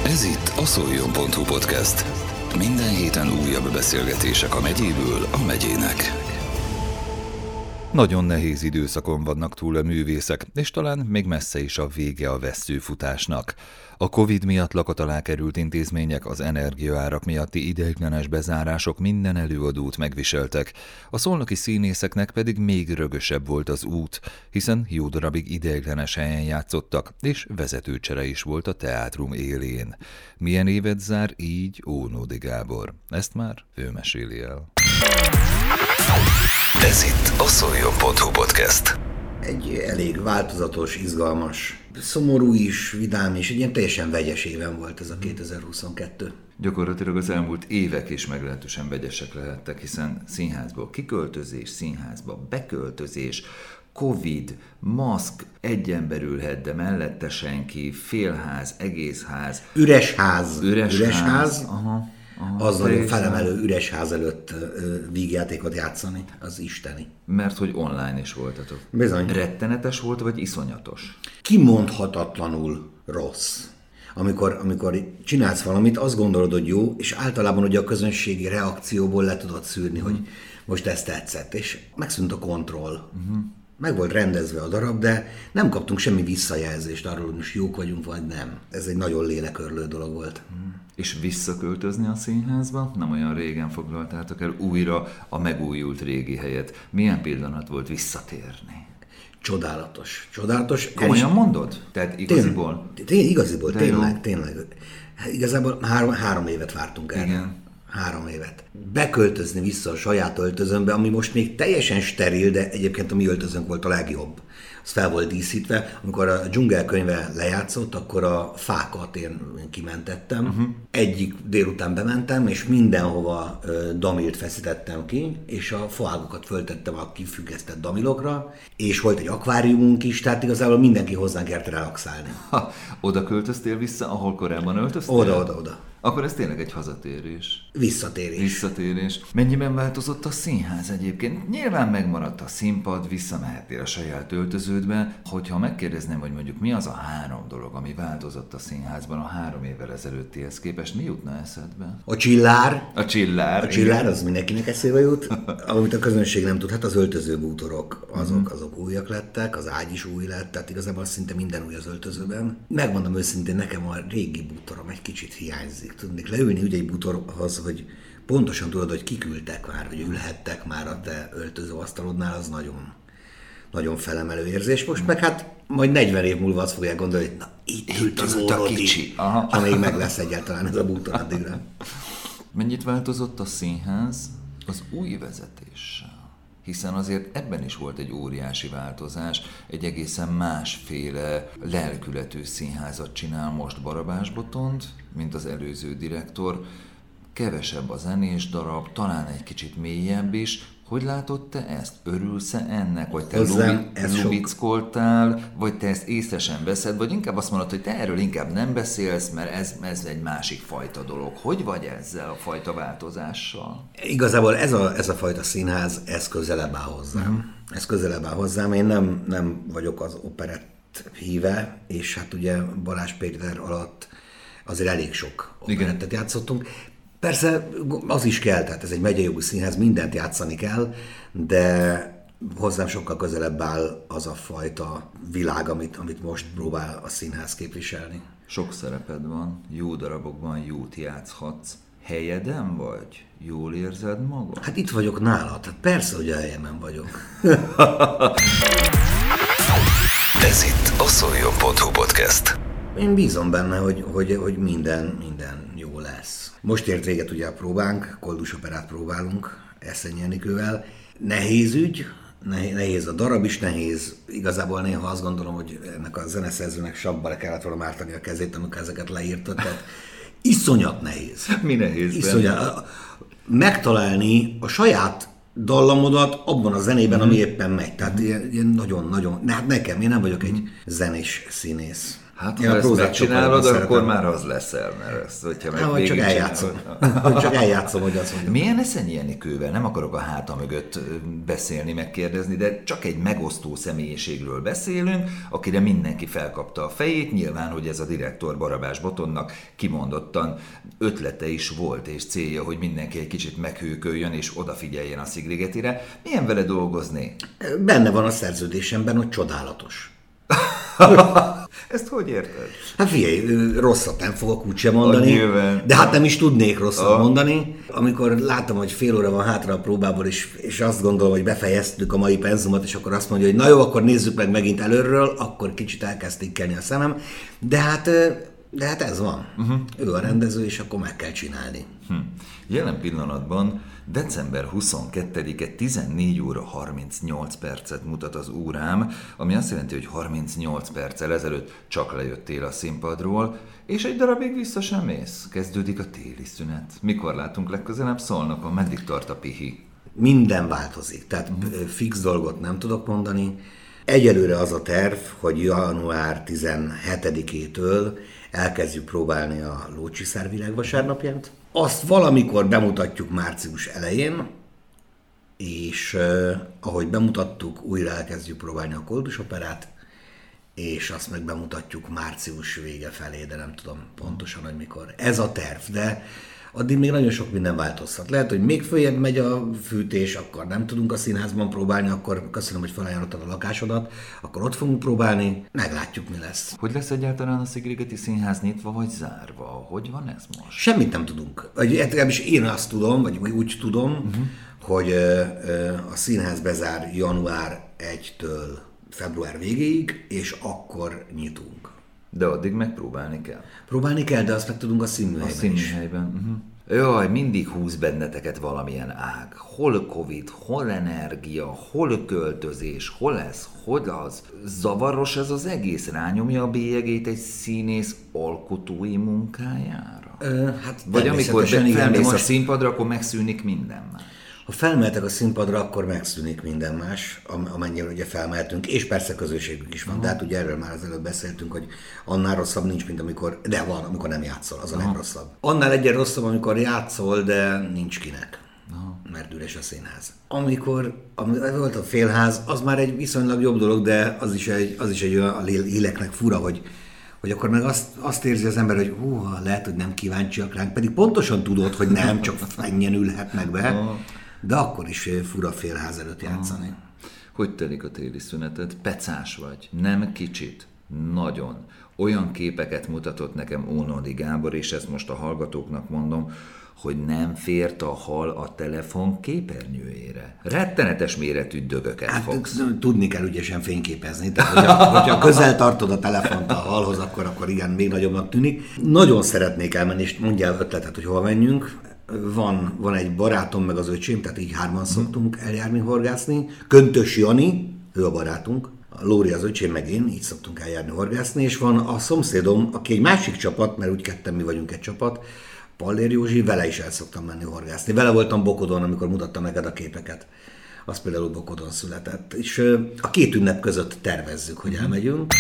Ez itt a Szoljon.hu podcast. Minden héten újabb beszélgetések a megyéből a megyének. Nagyon nehéz időszakon vannak túl a művészek, és talán még messze is a vége a vesszőfutásnak. A Covid miatt lakat alá került intézmények, az energiaárak miatti ideiglenes bezárások minden előadót megviseltek. A szolnoki színészeknek pedig még rögösebb volt az út, hiszen jó darabig ideiglenes helyen játszottak, és vezetőcsere is volt a teátrum élén. Milyen évet zár így Ónódi Gábor? Ezt már ő meséli el. Ez itt a Szoljon.hu podcast. Egy elég változatos, izgalmas, szomorú is, vidám is, egy ilyen teljesen vegyes éven volt ez a 2022. Gyakorlatilag az elmúlt évek is meglehetősen vegyesek lehettek, hiszen színházból kiköltözés, színházba beköltözés, Covid, maszk, egy ember ülhet, de mellette senki, félház, egész ház. Üres ház. Aha, az nagyon felemelő üres ház előtt vígjátékot játszani, az isteni. Mert hogy online is voltatok. Bizony. Rettenetes volt, vagy iszonyatos? Kimondhatatlanul rossz. Amikor csinálsz valamit, azt gondolod, hogy jó, és általában ugye a közönségi reakcióból le tudod szűrni, hogy most ez tetszett, és megszűnt a kontroll. Meg volt rendezve a darab, de nem kaptunk semmi visszajelzést arról, hogy most jók vagyunk, vagy nem. Ez egy nagyon lélekörlő dolog volt. És visszaköltözni a színházba? Nem olyan régen foglaltátok el újra a megújult régi helyet. Milyen pillanat volt visszatérni? Csodálatos. Komolyan mondod? Tehát igaziból? Igaziból, tényleg. Igazából három évet vártunk erre. Igen. 3 évet. Beköltözni vissza a saját öltözömbe, ami most még teljesen steril, de egyébként a mi öltözőnk volt a legjobb. Az fel volt díszítve. Amikor a dzsungelkönyve lejátszott, akkor a fákat én kimentettem. Egyik délután bementem, és mindenhova damilt feszítettem ki, és a faágokat föltettem a kifüggesztett damilokra, és volt egy akváriumunk is, tehát igazából mindenki hozzánk ért relaxálni. Oda költöztél vissza, ahol korábban öltöztél? Oda. Akkor ez tényleg egy hazatérés. Visszatérés. Mennyiben változott a színház egyébként? Nyilván megmaradt a színpad, visszamehettél a saját öltöződbe. Hogyha megkérdezném, hogy mondjuk mi az a 3 dolog, ami változott a színházban a 3 évvel ezelőttihez képest, mi jutna eszedbe? A csillár. A csillár, az mindenkinek eszébe jut. Amit a közönség nem tudhat, az öltözőbútorok, azok újak lettek, az ágy is új lett, tehát igazából szinte minden új az öltözőben. Megmondom őszintén, nekem a régi bútorom egy kicsit hiányzik. Tudnék leülni ugye egy bútorhoz, hogy pontosan tudod, hogy kiküldtek már, hogy ülhettek már a te öltözőasztalodnál, az nagyon, nagyon felemelő érzés. Most meg hát majd 40 év múlva azt fogják gondolni, hogy na itt ült az Ónodi, ha még meg lesz egyáltalán ez a bútor addigra. Mennyit változott a színház az új vezetéssel? Hiszen azért ebben is volt egy óriási változás, egy egészen másféle lelkületű színházat csinál most Barabás Botond, mint az előző direktor. Kevesebb a zenés darab, talán egy kicsit mélyebb is. Hogy látod te ezt? Örülsz-e ennek? Vagy te lubickoltál? Vagy te ezt észre sem veszed? Vagy inkább azt mondod, hogy te erről inkább nem beszélsz, mert ez egy másik fajta dolog. Hogy vagy ezzel a fajta változással? Igazából ez a fajta színház, ez közelebb áll hozzám. Ez közelebb áll hozzám. Én nem vagyok az operett híve, és hát ugye Balázs Péter alatt azért elég sok operettet játszottunk. Persze az is kell, tehát ez egy megyei jogú színház, mindent játszani kell, de hozzám sokkal közelebb áll az a fajta világ, amit most próbál a színház képviselni. Sok szereped van, jó darabokban jót játszhatsz. Helyeden vagy? Jól érzed magad? Hát itt vagyok nálad, hát persze, hogy a helyemen vagyok. Ez itt a Szoljon.hu podcast. Én bízom benne, hogy minden jó lesz. Most ért véget ugye a próbánk, Koldus operát próbálunk Eszenyi Enikővel. Nehéz ügy, nehéz a darab is, nehéz. Igazából néha azt gondolom, hogy ennek a zeneszerzőnek sabba le kellett volna mártani a kezét, amikor ezeket leírtad. Tehát iszonyat nehéz. Mi nehéz? Iszonyat. Megtalálni a saját dallamodat abban a zenében, ami éppen megy. Tehát ilyen nagyon-nagyon, hát nekem, én nem vagyok egy zenés színész. Hát, Én ha a ezt prózát megcsinálod, sokkal akkor jobban már az leszel, mert ezt, hogyha meg vagy csak eljátszom. Vagy csak eljátszom, hogy azt mondjam. Milyen Eszenyi Enikővel? Nem akarok a háta mögött beszélni, megkérdezni, de csak egy megosztó személyiségről beszélünk, akire mindenki felkapta a fejét. Nyilván, hogy ez a direktor Barabás Botonnak kimondottan ötlete is volt, és célja, hogy mindenki egy kicsit meghőköljön és odafigyeljen a Szigligetire. Milyen vele dolgozni? Benne van a szerződésemben, hogy csodálatos. Ezt hogy érted? Hát figyelj, rosszat nem fogok úgysem mondani, Nyilván. de hát nem is tudnék rosszat mondani. Amikor látom, hogy fél óra van hátra a próbából, és azt gondolom, hogy befejeztük a mai penzumot, és akkor azt mondja, hogy na jó, akkor nézzük meg megint előről, akkor kicsit elkezdték kelni a szemem. De hát ez van. Ő a rendező, és akkor meg kell csinálni. Jelen pillanatban december 22-e 14 óra 38 percet mutat az órám, ami azt jelenti, hogy 38 perccel ezelőtt csak lejöttél a színpadról, és egy darabig vissza sem mész. Kezdődik a téli szünet. Mikor látunk legközelebb Szolnokon? Meddig tart a pihi? Minden változik, tehát fix dolgot nem tudok mondani. Egyelőre az a terv, hogy január 17-től elkezdjük próbálni a Lócsiszár világvasárnapját. Azt valamikor bemutatjuk március elején, és ahogy bemutattuk, újra elkezdjük próbálni a Koldus Operát, és azt meg bemutatjuk március vége felé, de nem tudom pontosan, hogy mikor. Ez a terv, de addig még nagyon sok minden változhat. Lehet, hogy még följebb megy a fűtés, akkor nem tudunk a színházban próbálni, akkor köszönöm, hogy felajánlottad a lakásodat, akkor ott fogunk próbálni, meglátjuk, mi lesz. Hogy lesz egyáltalán a Szigligeti Színház nyitva vagy zárva? Hogy van ez most? Semmit nem tudunk. Legalábbis én azt tudom, vagy úgy tudom, hogy a színház bezár január 1-től február végéig, és akkor nyitunk. De addig megpróbálni kell. Próbálni kell, de azt meg tudunk a színműhelyben is. Jaj, mindig húz benneteket valamilyen ág. Hol Covid, hol energia, hol költözés, hol ez, hogy az. Zavaros ez az egész, rányomja a bélyegét egy színész alkotói munkájára? Hát vagy amikor igen, felmész most... a színpadra, akkor megszűnik minden már. Ha felmehetek a színpadra, akkor megszűnik minden más, amennyire ugye felmehetünk, és persze közösségünk is van, de hát ugye erről már az előbb beszéltünk, hogy annál rosszabb nincs, mint amikor, de van, amikor nem játszol, az a legrosszabb. Annál egyen rosszabb, amikor játszol, de nincs kinek, mert üres a színház. Amikor volt a félház, az már egy viszonylag jobb dolog, de az is egy olyan a léleknek fura, hogy akkor meg azt érzi az ember, hogy lehet, hogy nem kíváncsiak ránk, pedig pontosan tudod, hogy nem, csak ennyien ülhetnek be. De akkor is fura félház előtt játszani. Hogy telik a téli szüneted? Pecás vagy. Nem kicsit. Nagyon. Olyan képeket mutatott nekem Ónodi Gábor, és ezt most a hallgatóknak mondom, hogy nem fért a hal a telefon képernyőjére. Rettenetes méretű dögöket fogsz. Tudni kell ügyesen fényképezni. Tehát, hogyha közel tartod a telefont a halhoz, akkor igen, még nagyobbnak tűnik. Nagyon szeretnék elmenni, és mondjál ötletet, hogy hol menjünk. Van egy barátom, meg az öcsém, tehát így hárman szoktunk eljárni horgászni. Köntös Jani, ő a barátunk, a Lóri az öcsém, meg én, így szoktunk eljárni horgászni, és van a szomszédom, aki egy másik csapat, mert úgy ketten mi vagyunk egy csapat, Pallér Józsi, vele is el szoktam menni horgászni. Vele voltam Bokodon, amikor mutattam neked a képeket. Az például Bokodon született. És a két ünnep között tervezzük, hogy elmegyünk.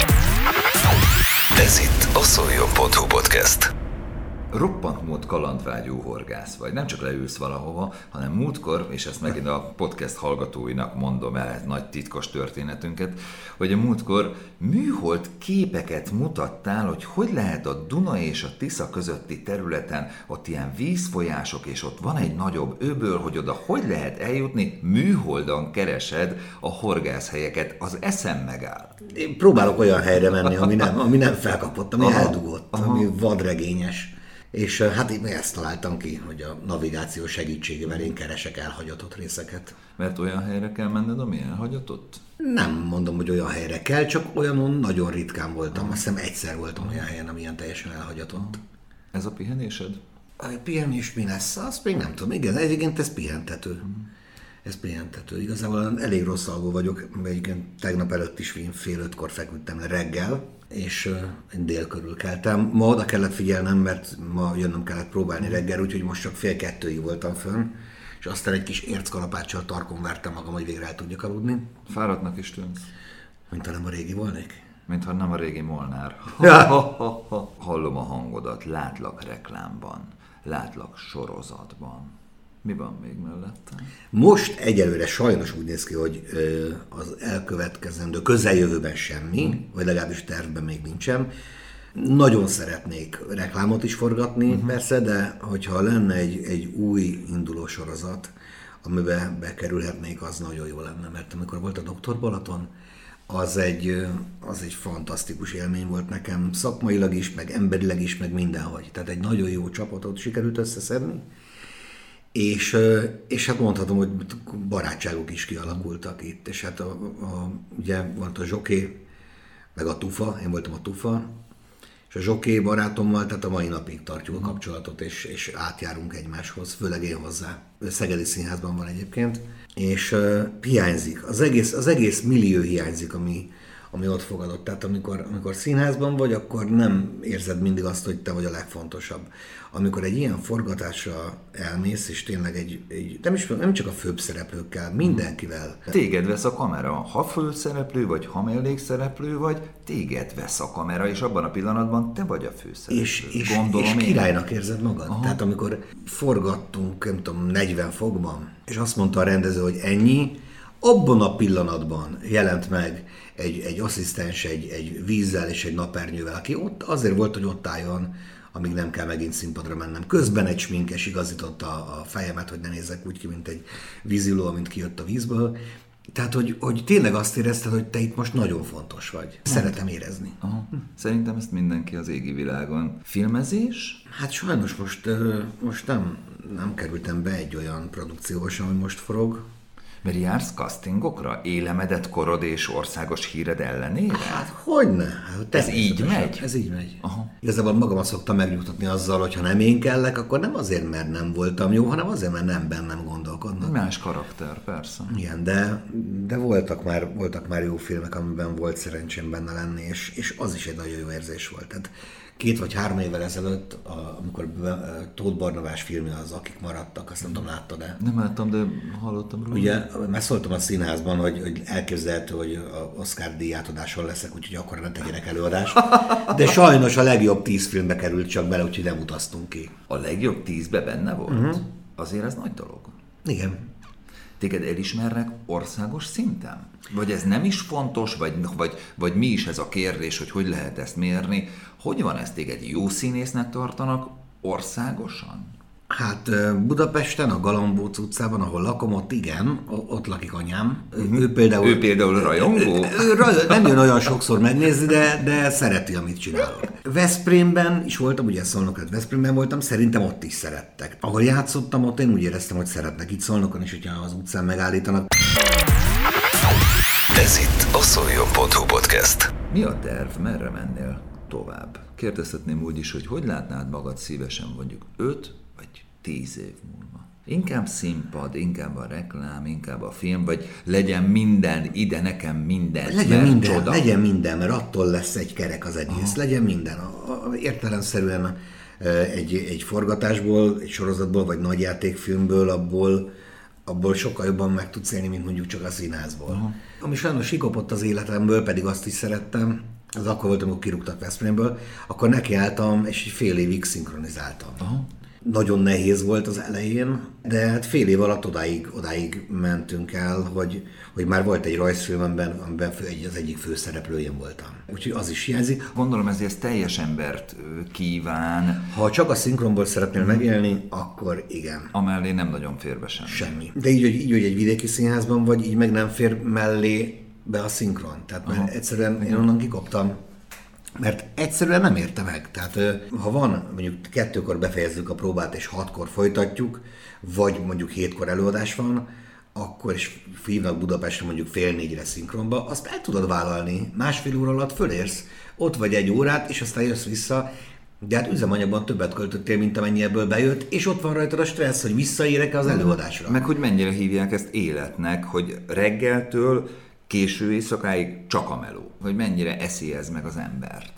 Ez itt a Szoljon.hu podcast. Roppant mód kalandvágyú horgász vagy. Nem csak leülsz valahova, hanem múltkor, és ezt megint a podcast hallgatóinak mondom el, nagy titkos történetünket, hogy a múltkor műhold képeket mutattál, hogy lehet a Duna és a Tisza közötti területen, ott ilyen vízfolyások, és ott van egy nagyobb öböl, hogy oda hogy lehet eljutni, műholdon keresed a horgászhelyeket, az eszem megáll. Én próbálok olyan helyre menni, ami nem felkapott, ami eldugott, ami vadregényes. És hát én ezt találtam ki, hogy a navigáció segítségével én keresek elhagyatott részeket. Mert olyan helyre kell menned, ami elhagyatott? Nem mondom, hogy olyan helyre kell, csak olyanon nagyon ritkán voltam. Azt hiszem egyszer voltam olyan helyen, ami ilyen teljesen elhagyatott. Ez a pihenésed? A pihenés mi lesz? Azt még nem tudom. Igen, egyébként ez pihentető. Ez pihentető. Igazából elég rossz alvó vagyok, mert tegnap előtt is fél 5-kor feküdtem le reggel, és én dél körül keltem. Ma oda kellett figyelnem, mert ma jönnöm kellett próbálni reggel, úgyhogy most csak 1:30 voltam fönn, és aztán egy kis érckalapáccsal tarkon vertem magam, hogy végre el tudjak aludni. Fáradtnak is tűnsz. Mint talán a régi volnék. Mintha nem a régi Molnár. Hallom a hangodat, látlak reklámban, látlak sorozatban. Mi van még mellette? Most egyelőre sajnos úgy néz ki, hogy az elkövetkezendő közeljövőben semmi, vagy legalábbis tervben még nincsen. Nagyon szeretnék reklámot is forgatni, persze, de hogyha lenne egy új induló sorozat, amiben bekerülhetnék, az nagyon jó lenne, mert amikor volt a Dr. Balaton, az egy fantasztikus élmény volt nekem, szakmailag is, meg emberileg is, meg mindenhogy. Tehát egy nagyon jó csapatot sikerült összeszedni, és hát mondhatom, hogy barátságok is kialakultak itt, és hát ugye volt a Zsoké, meg a Tufa, én voltam a Tufa, és a Zsoké barátommal, tehát a mai napig tartjuk a kapcsolatot, és átjárunk egymáshoz, főleg én hozzá. Ő Szegedi Színházban van egyébként, és hiányzik, az egész millió hiányzik, ami ott fogadott. Tehát amikor színházban vagy, akkor nem érzed mindig azt, hogy te vagy a legfontosabb. Amikor egy ilyen forgatásra elmész, és tényleg nem csak a főbb szereplőkkel, mindenkivel. Téged vesz a kamera, ha főszereplő vagy, ha mellékszereplő vagy, téged vesz a kamera, és abban a pillanatban te vagy a főszereplő. És királynak érzed magad. Aha. Tehát amikor forgattunk, nem tudom, 40 fokban, és azt mondta a rendező, hogy ennyi, abban a pillanatban jelent meg egy asszisztens, egy vízzel és egy napernyővel, aki ott azért volt, hogy ott álljon, amíg nem kell megint színpadra mennem. Közben egy sminkes igazította a fejemet, hogy ne nézzek úgy ki, mint egy víziló, amint kijött a vízből. Tehát, hogy tényleg azt érezted, hogy te itt most nagyon fontos vagy. Szeretem érezni. Aha. Szerintem ezt mindenki az égi világon. Filmezés? Hát sajnos most nem kerültem be egy olyan produkcióba sem, hogy most forog. Mert jársz castingokra? Élemedett korod és országos híred ellenére? Hát hogyne? Ez így megy? Ez így megy. Aha. Igazából magamat szoktam megnyugtatni azzal, hogy ha nem én kellek, akkor nem azért, mert nem voltam jó, hanem azért, mert nem bennem gondolkodnak. Más karakter, persze. Igen, de voltak már jó filmek, amiben volt szerencsém benne lenni, és az is egy nagyon jó érzés volt. Tehát 2 vagy 3 évvel ezelőtt, amikor Tóth Barnabás filmje az Akik maradtak, azt nem tudom, láttad-e? Nem láttam, de hallottam róla. Ugye, már szóltam a színházban, hogy elképzelhető, hogy a Oscar díj átadáson leszek, úgyhogy akkor ne tegyenek előadást. De sajnos a legjobb 10 filmbe került csak bele, úgyhogy nem utaztunk ki. A legjobb 10-be benne volt? Azért ez nagy dolog. Igen. Téged elismernek országos szinten? Vagy ez nem is fontos, vagy mi is ez a kérdés, hogy lehet ezt mérni? Hogy van ez, téged jó színésznek tartanak országosan? Hát Budapesten, a Galambóc utcában, ahol lakom, ott igen, ott lakik anyám. Ő például rajongó? Nem jön olyan sokszor megnézni, de szereti, amit csinálok. Veszprémben is voltam, ugye Szolnokon, Veszprémben voltam, szerintem ott is szerettek. Ahol játszottam, ott én úgy éreztem, hogy szeretnek. Itt Szolnokon is, hogyha az utcán megállítanak. Ez itt a Szoljon.hu podcast. Mi a terv? Merre mennél tovább? Kérdezhetném úgy is, hogy látnád magad szívesen mondjuk 5 vagy 10 év múlva? Inkább színpad, inkább a reklám, inkább a film, vagy legyen minden ide, nekem minden. Legyen minden, mert attól lesz egy kerek az egész. Aha. Legyen minden. Értelemszerűen egy forgatásból, egy sorozatból, vagy nagyjátékfilmből, abból sokkal jobban meg tudsz élni, mint mondjuk csak a színházból. Aha. Ami sajnos sikopott az életemből, pedig azt is szerettem, az akkor volt, amikor kirúgtak Veszprémből, akkor nekiálltam, és egy fél évig szinkronizáltam. Aha. Nagyon nehéz volt az elején, de hát fél év alatt odáig mentünk el, hogy már volt egy rajzfilm, amiben az egyik főszereplő én voltam. Úgyhogy az is hiányzik. Gondolom ezért teljes embert kíván. Ha csak a szinkronból szeretnél megélni, akkor igen. Amellé nem nagyon fér be semmi. De így, hogy egy vidéki színházban vagy, így meg nem fér mellé be a szinkron. Tehát mert egyszerűen én onnan kikoptam. Mert egyszerűen nem érte meg. Tehát ha van, mondjuk 2-kor befejezzük a próbát és 6-kor folytatjuk, vagy mondjuk 7-kor előadás van, akkor is hívnak Budapestre mondjuk 3:30 szinkronba, azt el tudod vállalni. 1,5 óra alatt fölérsz, ott vagy 1 órát, és aztán jössz vissza, de hát üzemanyagban többet költöttél, mint amennyi ebből bejött, és ott van rajtad a stressz, hogy visszaérek az előadásra. Meg hogy mennyire hívják ezt életnek, hogy reggeltől késő éjszakáig csak a meló. Hogy mennyire eszi ez meg az embert.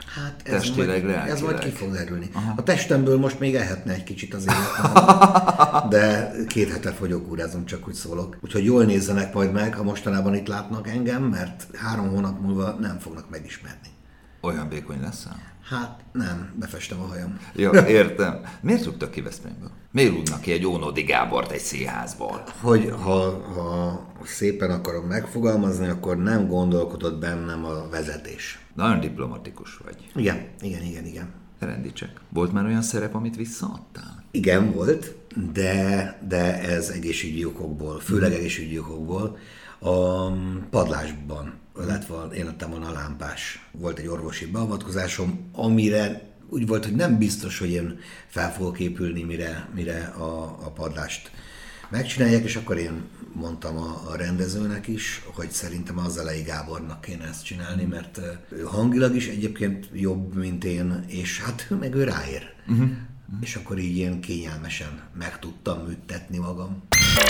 Hát testileg, lelkileg. Ez majd ki fog derülni. A testemből most még ehetne egy kicsit az életem, de 2 hete fogyókúrázom, csak úgy szólok. Úgyhogy jól nézzenek majd meg, ha mostanában itt látnak engem, mert 3 hónap múlva nem fognak megismerni. Olyan vékony leszel? Hát nem, befestem a hajam. Jó, értem. Miért rúgtak ki Veszprémből? Miért rúgnak ki egy Ónodi Gábort egy színházból? Hogy ha szépen akarom megfogalmazni, akkor nem gondolkodott bennem a vezetés. Nagyon diplomatikus vagy. Igen. Rendítsek. Volt már olyan szerep, amit visszaadtál? Igen, volt, de ez egészségügyi okokból, főleg egészségügyi okokból. A padlásban, illetve életemben a lámpás. Volt egy orvosi beavatkozásom, amire úgy volt, hogy nem biztos, hogy én fel fogok épülni, mire a padlást megcsinálják, és akkor én mondtam a rendezőnek is, hogy szerintem az Zelei Gábornak kéne ezt csinálni, mert ő hangilag is egyébként jobb, mint én, és hát meg ő ráér. És akkor így én kényelmesen meg tudtam műtetni magam.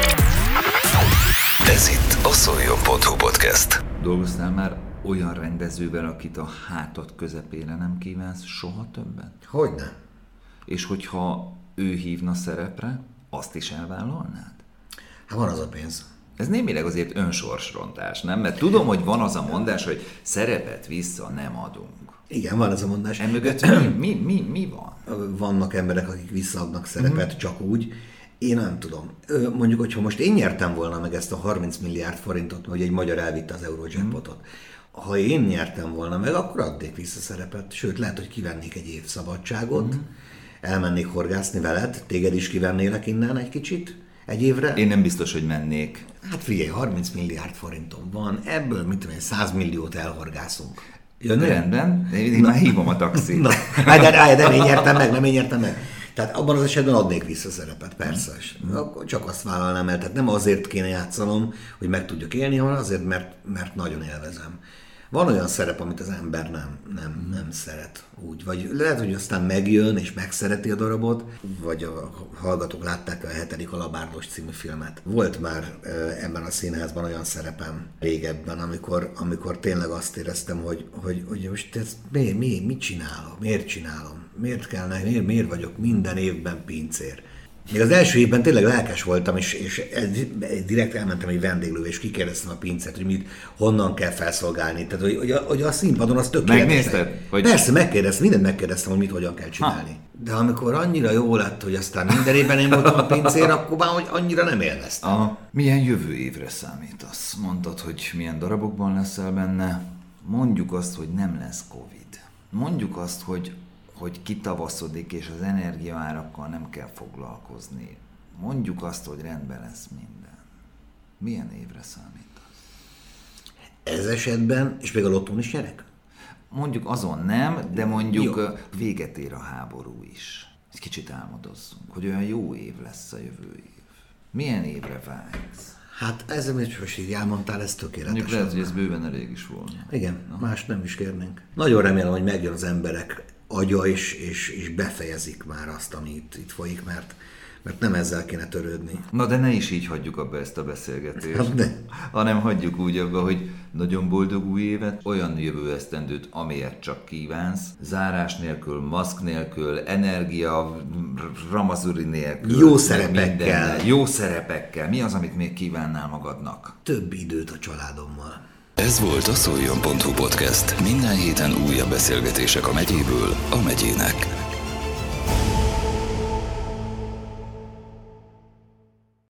Ez itt a Szoljon.hu podcast. Dolgoztál már olyan rendezővel, akit a hátad közepére nem kívánsz soha többet? Hogyne. És hogyha ő hívna szerepre, azt is elvállalnád? Hát van az a pénz. Ez némileg azért önsorsrontás, nem? Mert tudom, hogy van az a mondás, hogy szerepet vissza nem adunk. Igen, van ez a mondás. Emögött mi van? Vannak emberek, akik visszaadnak szerepet csak úgy. Én nem tudom. Mondjuk, hogyha most én nyertem volna meg ezt a 30 milliárd forintot, hogy egy magyar elvitte az Eurojackpotot, ha én nyertem volna meg, akkor adnék vissza szerepet. Sőt, lehet, hogy kivennék egy év szabadságot, elmennék horgászni veled, téged is kivennélek innen egy kicsit, egy évre. Én nem biztos, hogy mennék. Hát figyelj, 30 milliárd forintom van, ebből 100 milliót elhorgászunk. Rendben, én már hívom a taxit. Nem én nyertem meg. Tehát abban az esetben adnék vissza szerepet, persze. Akkor csak azt vállalnám el. Tehát nem azért kéne játszanom, hogy meg tudjak élni, hanem azért, mert nagyon élvezem. Van olyan szerep, amit az ember nem szeret úgy. Vagy lehet, hogy aztán megjön és megszereti a darabot, vagy a hallgatók látták a 7. alabárdos című filmet. Volt már ebben a színházban olyan szerepem régebben, amikor tényleg azt éreztem, hogy most ezt mit csinálom, miért csinálom, miért vagyok minden évben pincér. Még az első évben tényleg lelkes voltam, és direkt elmentem egy vendéglőbe, és kikérdeztem a pincert, hogy honnan kell felszolgálni. Tehát, hogy a színpadon az tökéletes. Megnézted? Persze, mindent megkérdeztem, hogy mit hogyan kell csinálni. De amikor annyira jó lett, hogy aztán minden évben én voltam a pincér, akkor már hogy annyira nem élveztem. Milyen jövő évre számítasz? Mondtad, hogy milyen darabokban leszel benne. Mondjuk azt, hogy nem lesz Covid. Mondjuk azt, hogy kitavaszodik, és az energiaárakkal nem kell foglalkozni. Mondjuk azt, hogy rendben lesz minden. Milyen évre számítasz? Ez esetben, és még a lottón is nyerek? Mondjuk azon nem, de mondjuk véget ér a háború is. Egy kicsit álmodozzunk, hogy olyan jó év lesz a jövő év. Milyen évre vágysz? Hát ezzel most így elmondtál, ez tökéletes. Mondjuk lehet, hogy ez bőven elég is volna. Igen, más nem is kérnénk. Nagyon remélem, hogy megjön az emberek agya, és befejezik már azt, ami itt folyik, mert nem ezzel kéne törődni. Na de ne is így hagyjuk abba ezt a beszélgetést, Hát hanem hagyjuk úgy abba, hogy nagyon boldog új évet, olyan jövő esztendőt, amilyet csak kívánsz, zárás nélkül, maszk nélkül, energia, ramazuri nélkül. Jó szerepekkel. Jó szerepekkel. Mi az, amit még kívánnál magadnak? Több időt a családommal. Ez volt a Szoljon.hu podcast. Minden héten újabb beszélgetések a megyéből a megyének.